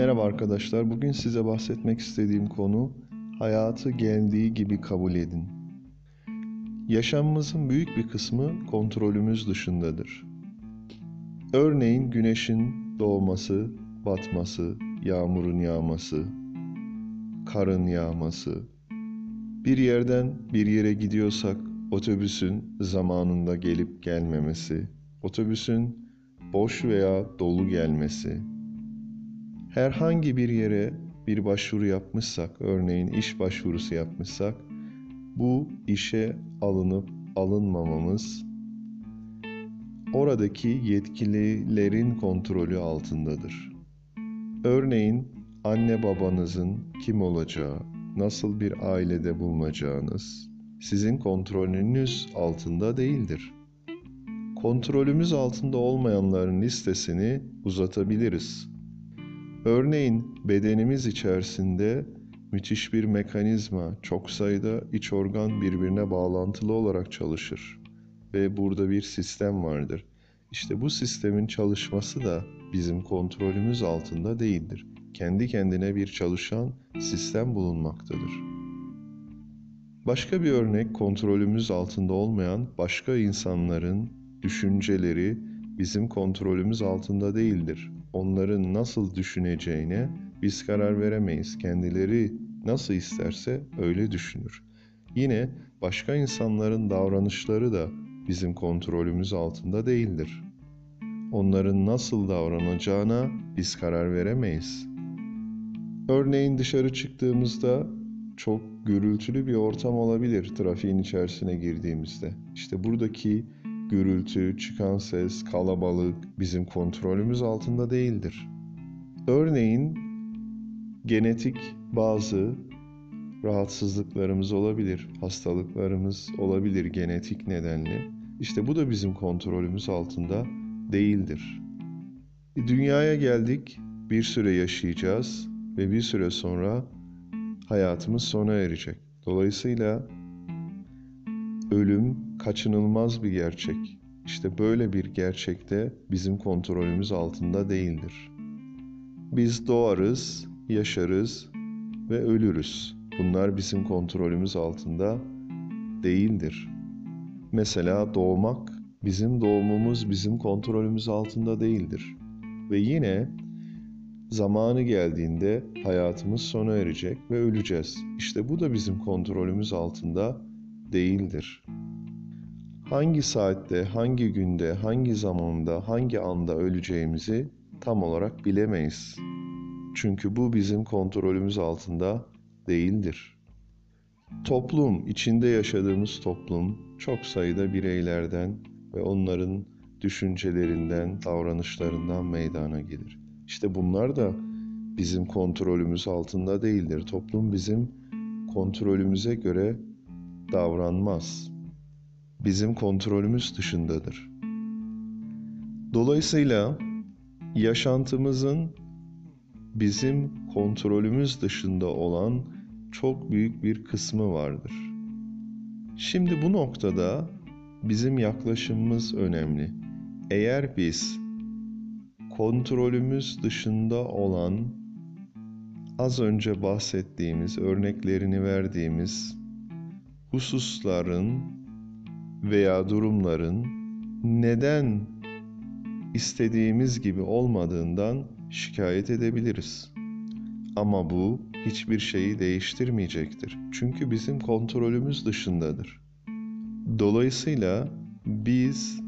Merhaba arkadaşlar. Bugün size bahsetmek istediğim konu hayatı geldiği gibi kabul edin. Yaşamımızın büyük bir kısmı kontrolümüz dışındadır. Örneğin güneşin doğması, batması, yağmurun yağması, karın yağması, bir yerden bir yere gidiyorsak otobüsün zamanında gelip gelmemesi, otobüsün boş veya dolu gelmesi, herhangi bir yere bir başvuru yapmışsak, örneğin iş başvurusu yapmışsak, bu işe alınıp alınmamamız oradaki yetkililerin kontrolü altındadır. Örneğin anne babanızın kim olacağı, nasıl bir ailede bulunacağınız sizin kontrolünüz altında değildir. Kontrolümüz altında olmayanların listesini uzatabiliriz. Örneğin bedenimiz içerisinde müthiş bir mekanizma, çok sayıda iç organ birbirine bağlantılı olarak çalışır ve burada bir sistem vardır. İşte bu sistemin çalışması da bizim kontrolümüz altında değildir. Kendi kendine bir çalışan sistem bulunmaktadır. Başka bir örnek, kontrolümüz altında olmayan başka insanların düşünceleri bizim kontrolümüz altında değildir. Onların nasıl düşüneceğine biz karar veremeyiz. Kendileri nasıl isterse öyle düşünür. Yine başka insanların davranışları da bizim kontrolümüz altında değildir. Onların nasıl davranacağına biz karar veremeyiz. Örneğin dışarı çıktığımızda çok gürültülü bir ortam olabilir trafiğin içerisine girdiğimizde. İşte buradaki gürültü, çıkan ses, kalabalık bizim kontrolümüz altında değildir. Örneğin genetik bazı rahatsızlıklarımız olabilir, hastalıklarımız olabilir genetik nedenli. İşte bu da bizim kontrolümüz altında değildir. Dünyaya geldik, bir süre yaşayacağız ve bir süre sonra hayatımız sona erecek. Dolayısıyla ölüm kaçınılmaz bir gerçek. İşte böyle bir gerçekte bizim kontrolümüz altında değildir. Biz doğarız, yaşarız ve ölürüz. Bunlar bizim kontrolümüz altında değildir. Mesela doğmak, bizim doğumumuz bizim kontrolümüz altında değildir. Ve yine zamanı geldiğinde hayatımız sona erecek ve öleceğiz. İşte bu da bizim kontrolümüz altında değildir. Hangi saatte, hangi günde, hangi zamanda, hangi anda öleceğimizi tam olarak bilemeyiz. Çünkü bu bizim kontrolümüz altında değildir. Toplum, içinde yaşadığımız toplum çok sayıda bireylerden ve onların düşüncelerinden, davranışlarından meydana gelir. İşte bunlar da bizim kontrolümüz altında değildir. Toplum bizim kontrolümüze göre davranmaz. Bizim kontrolümüz dışındadır. Dolayısıyla yaşantımızın bizim kontrolümüz dışında olan çok büyük bir kısmı vardır. Şimdi bu noktada bizim yaklaşımımız önemli. Eğer biz kontrolümüz dışında olan, az önce bahsettiğimiz, örneklerini verdiğimiz hususların veya durumların neden istediğimiz gibi olmadığından şikayet edebiliriz. Ama bu hiçbir şeyi değiştirmeyecektir. Çünkü bizim kontrolümüz dışındadır. Dolayısıyla biz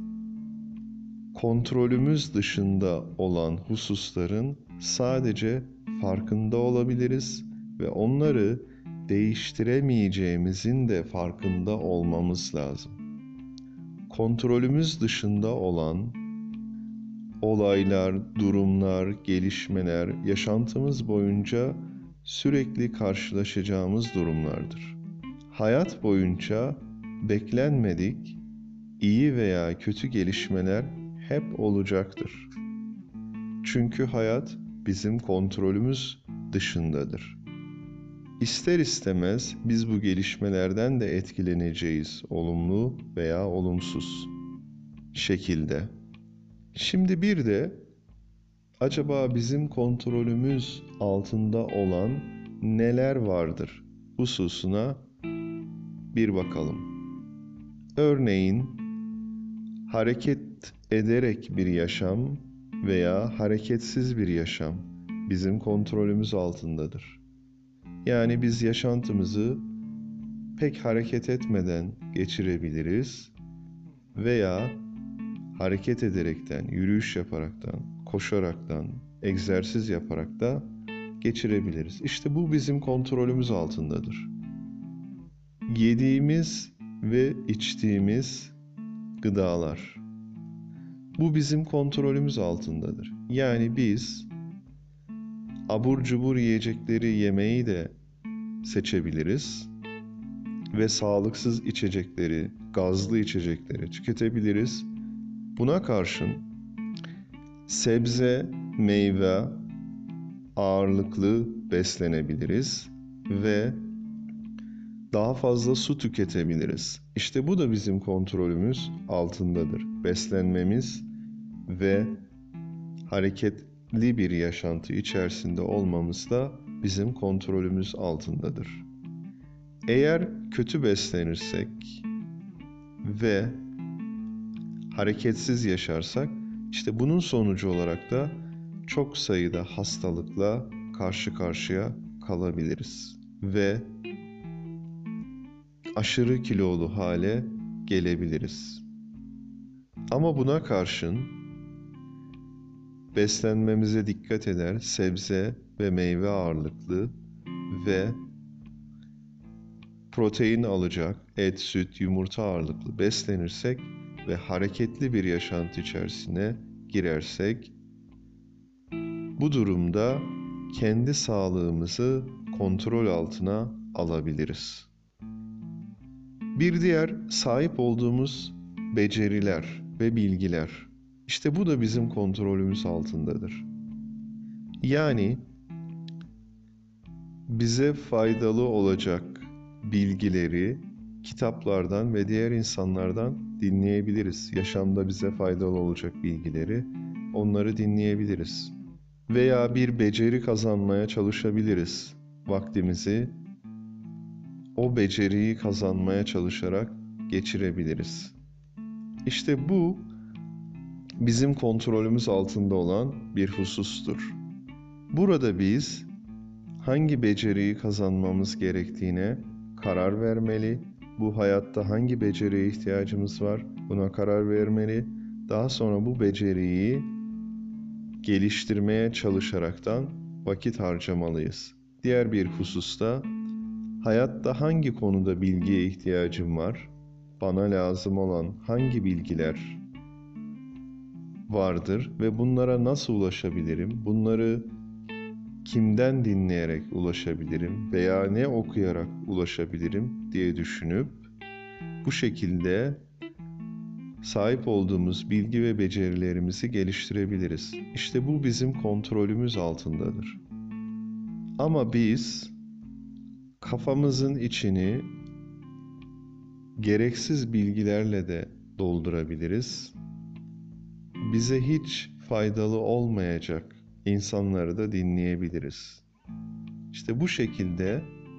kontrolümüz dışında olan hususların sadece farkında olabiliriz ve onları değiştiremeyeceğimizin de farkında olmamız lazım. Kontrolümüz dışında olan olaylar, durumlar, gelişmeler yaşantımız boyunca sürekli karşılaşacağımız durumlardır. Hayat boyunca beklenmedik, iyi veya kötü gelişmeler hep olacaktır. Çünkü hayat bizim kontrolümüz dışındadır. İster istemez biz bu gelişmelerden de etkileneceğiz, olumlu veya olumsuz şekilde. Şimdi bir de Acaba bizim kontrolümüz altında olan neler vardır hususuna bir bakalım. Örneğin hareket ederek bir yaşam veya hareketsiz bir yaşam bizim kontrolümüz altındadır. Yani biz yaşantımızı pek hareket etmeden geçirebiliriz veya hareket ederekten, yürüyüş yaparaktan, koşaraktan, egzersiz yaparak da geçirebiliriz. İşte bu bizim kontrolümüz altındadır. Yediğimiz ve içtiğimiz gıdalar. Bu bizim kontrolümüz altındadır. Yani biz abur cubur yiyecekleri yemeyi de seçebiliriz ve sağlıksız içecekleri, gazlı içecekleri tüketebiliriz. Buna karşın sebze, meyve ağırlıklı beslenebiliriz ve daha fazla su tüketebiliriz. İşte bu da bizim kontrolümüz altındadır. Beslenmemiz ve hareketli bir yaşantı içerisinde olmamız da bizim kontrolümüz altındadır. Eğer kötü beslenirsek ve hareketsiz yaşarsak, işte bunun sonucu olarak da çok sayıda hastalıkla karşı karşıya kalabiliriz ve aşırı kilolu hale gelebiliriz. Ama buna karşın beslenmemize dikkat eder, sebze ve meyve ağırlıklı ve protein alacak, et, süt, yumurta ağırlıklı beslenirsek ve hareketli bir yaşantı içerisine girersek, bu durumda kendi sağlığımızı kontrol altına alabiliriz. Bir diğer sahip olduğumuz beceriler ve bilgiler. İşte bu da bizim kontrolümüz altındadır. Yani bize faydalı olacak bilgileri kitaplardan ve diğer insanlardan dinleyebiliriz. Yaşamda bize faydalı olacak bilgileri, onları dinleyebiliriz. Veya bir beceri kazanmaya çalışabiliriz. Vaktimizi o beceriyi kazanmaya çalışarak geçirebiliriz. İşte bu bizim kontrolümüz altında olan bir husustur. Burada biz hangi beceriyi kazanmamız gerektiğine karar vermeli. Bu hayatta hangi beceriye ihtiyacımız var? Buna karar vermeli. Daha sonra bu beceriyi geliştirmeye çalışaraktan vakit harcamalıyız. Diğer bir hususta hayatta hangi konuda bilgiye ihtiyacım var? Bana lazım olan hangi bilgiler vardır ve bunlara nasıl ulaşabilirim? Bunları kimden dinleyerek ulaşabilirim veya ne okuyarak ulaşabilirim diye düşünüp bu şekilde sahip olduğumuz bilgi ve becerilerimizi geliştirebiliriz. İşte bu bizim kontrolümüz altındadır. Ama biz kafamızın içini gereksiz bilgilerle de doldurabiliriz. Bize hiç faydalı olmayacak insanları da dinleyebiliriz. İşte bu şekilde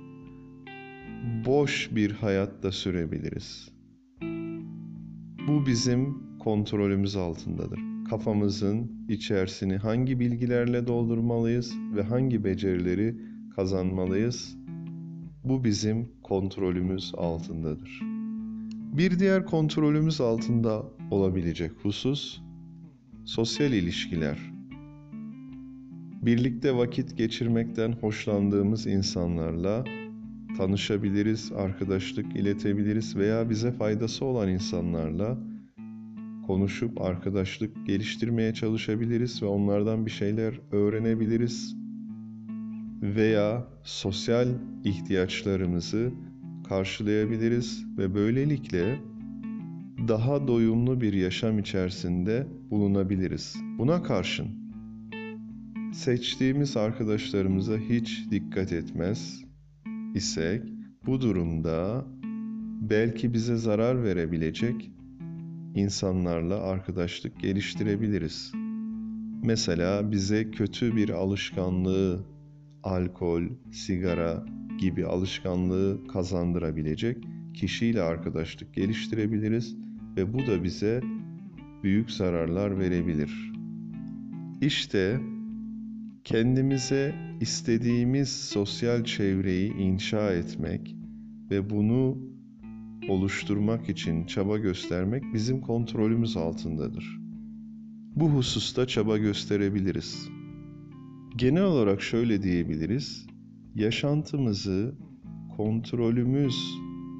boş bir hayat da sürebiliriz. Bu bizim kontrolümüz altındadır. Kafamızın içerisini hangi bilgilerle doldurmalıyız ve hangi becerileri kazanmalıyız? Bu bizim kontrolümüz altındadır. Bir diğer kontrolümüz altında olabilecek husus sosyal ilişkiler. Birlikte vakit geçirmekten hoşlandığımız insanlarla tanışabiliriz, arkadaşlık iletebiliriz veya bize faydası olan insanlarla konuşup arkadaşlık geliştirmeye çalışabiliriz ve onlardan bir şeyler öğrenebiliriz veya sosyal ihtiyaçlarımızı karşılayabiliriz ve böylelikle daha doyumlu bir yaşam içerisinde bulunabiliriz. Buna karşın seçtiğimiz arkadaşlarımıza hiç dikkat etmez isek, bu durumda belki bize zarar verebilecek insanlarla arkadaşlık geliştirebiliriz. Mesela bize kötü bir alışkanlığı, alkol, sigara gibi alışkanlığı kazandırabilecek kişiyle arkadaşlık geliştirebiliriz ve bu da bize büyük zararlar verebilir. İşte kendimize istediğimiz sosyal çevreyi inşa etmek ve bunu oluşturmak için çaba göstermek bizim kontrolümüz altındadır. Bu hususta çaba gösterebiliriz. Genel olarak şöyle diyebiliriz: yaşantımızı kontrolümüz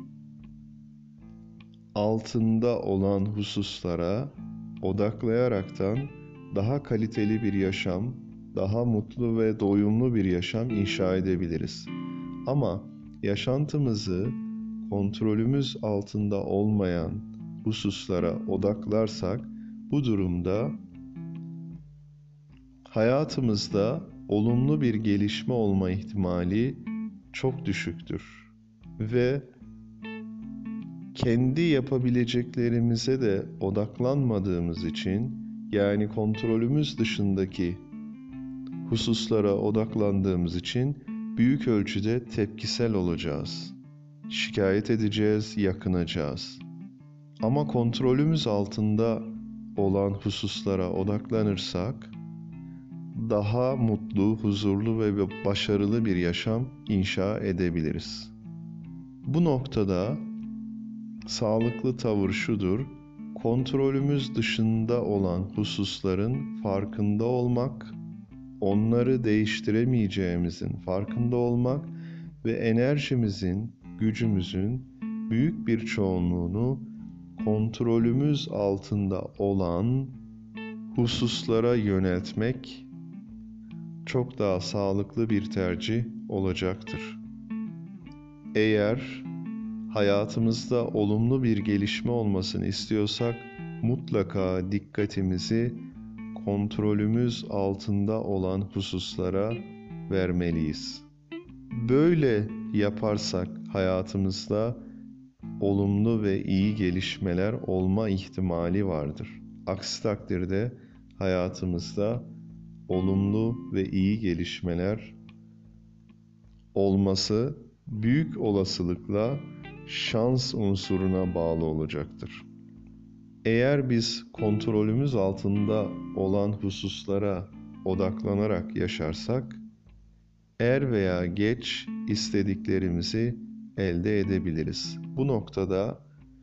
altında olan hususlara odaklayaraktan daha kaliteli bir yaşam, daha mutlu ve doyumlu bir yaşam inşa edebiliriz. Ama yaşantımızı kontrolümüz altında olmayan hususlara odaklarsak, bu durumda hayatımızda olumlu bir gelişme olma ihtimali çok düşüktür. Ve kendi yapabileceklerimize de odaklanmadığımız için, yani kontrolümüz dışındaki hususlara odaklandığımız için büyük ölçüde tepkisel olacağız. Şikayet edeceğiz, yakınacağız. Ama kontrolümüz altında olan hususlara odaklanırsak, daha mutlu, huzurlu ve başarılı bir yaşam inşa edebiliriz. Bu noktada sağlıklı tavır şudur: kontrolümüz dışında olan hususların farkında olmak, onları değiştiremeyeceğimizin farkında olmak ve enerjimizin, gücümüzün büyük bir çoğunluğunu kontrolümüz altında olan hususlara yöneltmek çok daha sağlıklı bir tercih olacaktır. Eğer hayatımızda olumlu bir gelişme olmasını istiyorsak, mutlaka dikkatimizi kontrolümüz altında olan hususlara vermeliyiz. Böyle yaparsak hayatımızda olumlu ve iyi gelişmeler olma ihtimali vardır. Aksi takdirde hayatımızda olumlu ve iyi gelişmeler olması büyük olasılıkla şans unsuruna bağlı olacaktır. Eğer biz kontrolümüz altında olan hususlara odaklanarak yaşarsak, er veya geç istediklerimizi elde edebiliriz. Bu noktada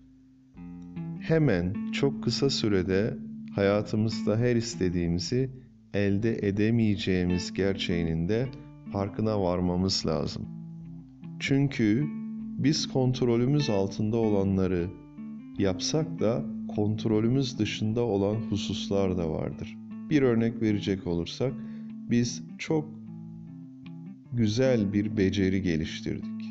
hemen çok kısa sürede hayatımızda her istediğimizi elde edemeyeceğimiz gerçeğinin de farkına varmamız lazım. Çünkü biz kontrolümüz altında olanları yapsak da kontrolümüz dışında olan hususlar da vardır. Bir örnek verecek olursak, biz çok güzel bir beceri geliştirdik.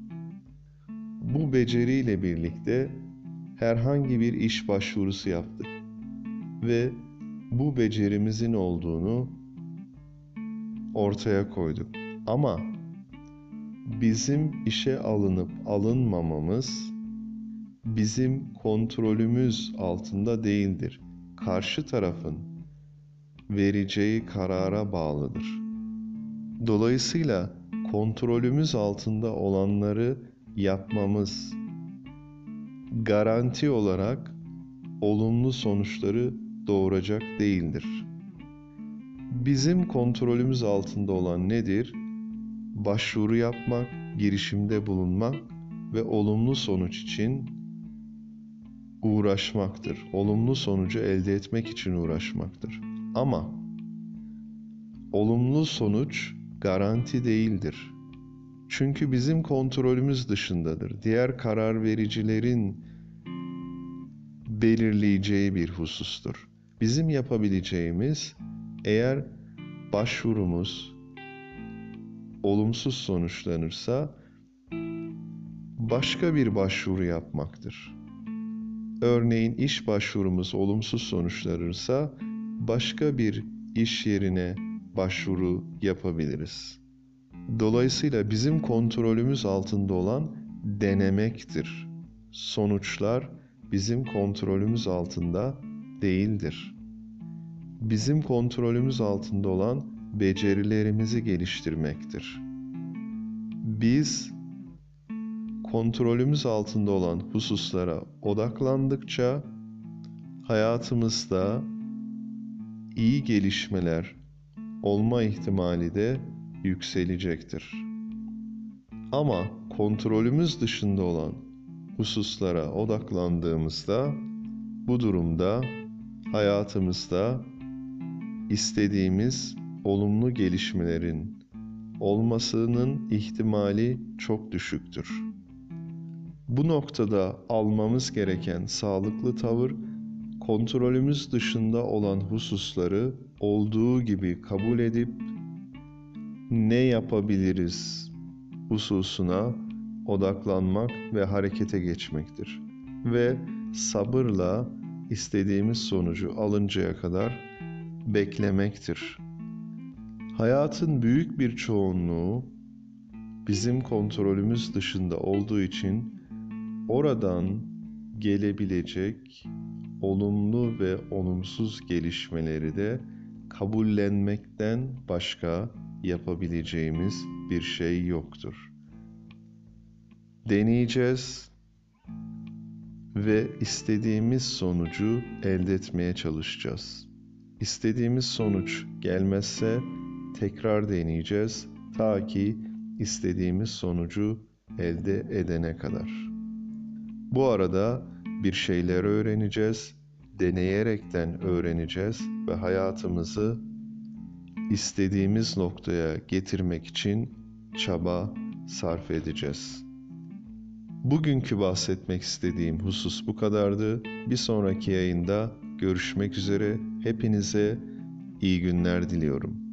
Bu beceriyle birlikte herhangi bir iş başvurusu yaptık ve bu becerimizin olduğunu ortaya koyduk. Ama bizim işe alınıp alınmamamız bizim kontrolümüz altında değildir. Karşı tarafın vereceği karara bağlıdır. Dolayısıyla kontrolümüz altında olanları yapmamız garanti olarak olumlu sonuçları doğuracak değildir. Bizim kontrolümüz altında olan nedir? Başvuru yapmak, girişimde bulunmak ve olumlu sonuç için uğraşmaktır. Olumlu sonucu elde etmek için uğraşmaktır. Ama olumlu sonuç garanti değildir. Çünkü bizim kontrolümüz dışındadır. Diğer karar vericilerin belirleyeceği bir husustur. Bizim yapabileceğimiz, eğer başvurumuz olumsuz sonuçlanırsa başka bir başvuru yapmaktır. Örneğin iş başvurumuz olumsuz sonuçlanırsa başka bir iş yerine başvuru yapabiliriz. Dolayısıyla bizim kontrolümüz altında olan denemektir. Sonuçlar bizim kontrolümüz altında değildir. bizim kontrolümüz altında olan becerilerimizi geliştirmektir. Biz kontrolümüz altında olan hususlara odaklandıkça hayatımızda iyi gelişmeler olma ihtimali de yükselecektir. Ama kontrolümüz dışında olan hususlara odaklandığımızda bu durumda hayatımızda istediğimiz olumlu gelişmelerin olmasının ihtimali çok düşüktür. Bu noktada almamız gereken sağlıklı tavır, kontrolümüz dışında olan hususları olduğu gibi kabul edip ne yapabiliriz hususuna odaklanmak ve harekete geçmektir. Ve sabırla istediğimiz sonucu alıncaya kadar beklemektir. Hayatın büyük bir çoğunluğu bizim kontrolümüz dışında olduğu için oradan gelebilecek olumlu ve olumsuz gelişmeleri de kabullenmekten başka yapabileceğimiz bir şey yoktur. Deneyeceğiz ve istediğimiz sonucu elde etmeye çalışacağız. İstediğimiz sonuç gelmezse tekrar deneyeceğiz ta ki istediğimiz sonucu elde edene kadar. Bu arada bir şeyler öğreneceğiz, deneyerekten öğreneceğiz ve hayatımızı istediğimiz noktaya getirmek için çaba sarf edeceğiz. Bugünkü bahsetmek istediğim husus bu kadardı. Bir sonraki yayında görüşmek üzere. Hepinize iyi günler diliyorum.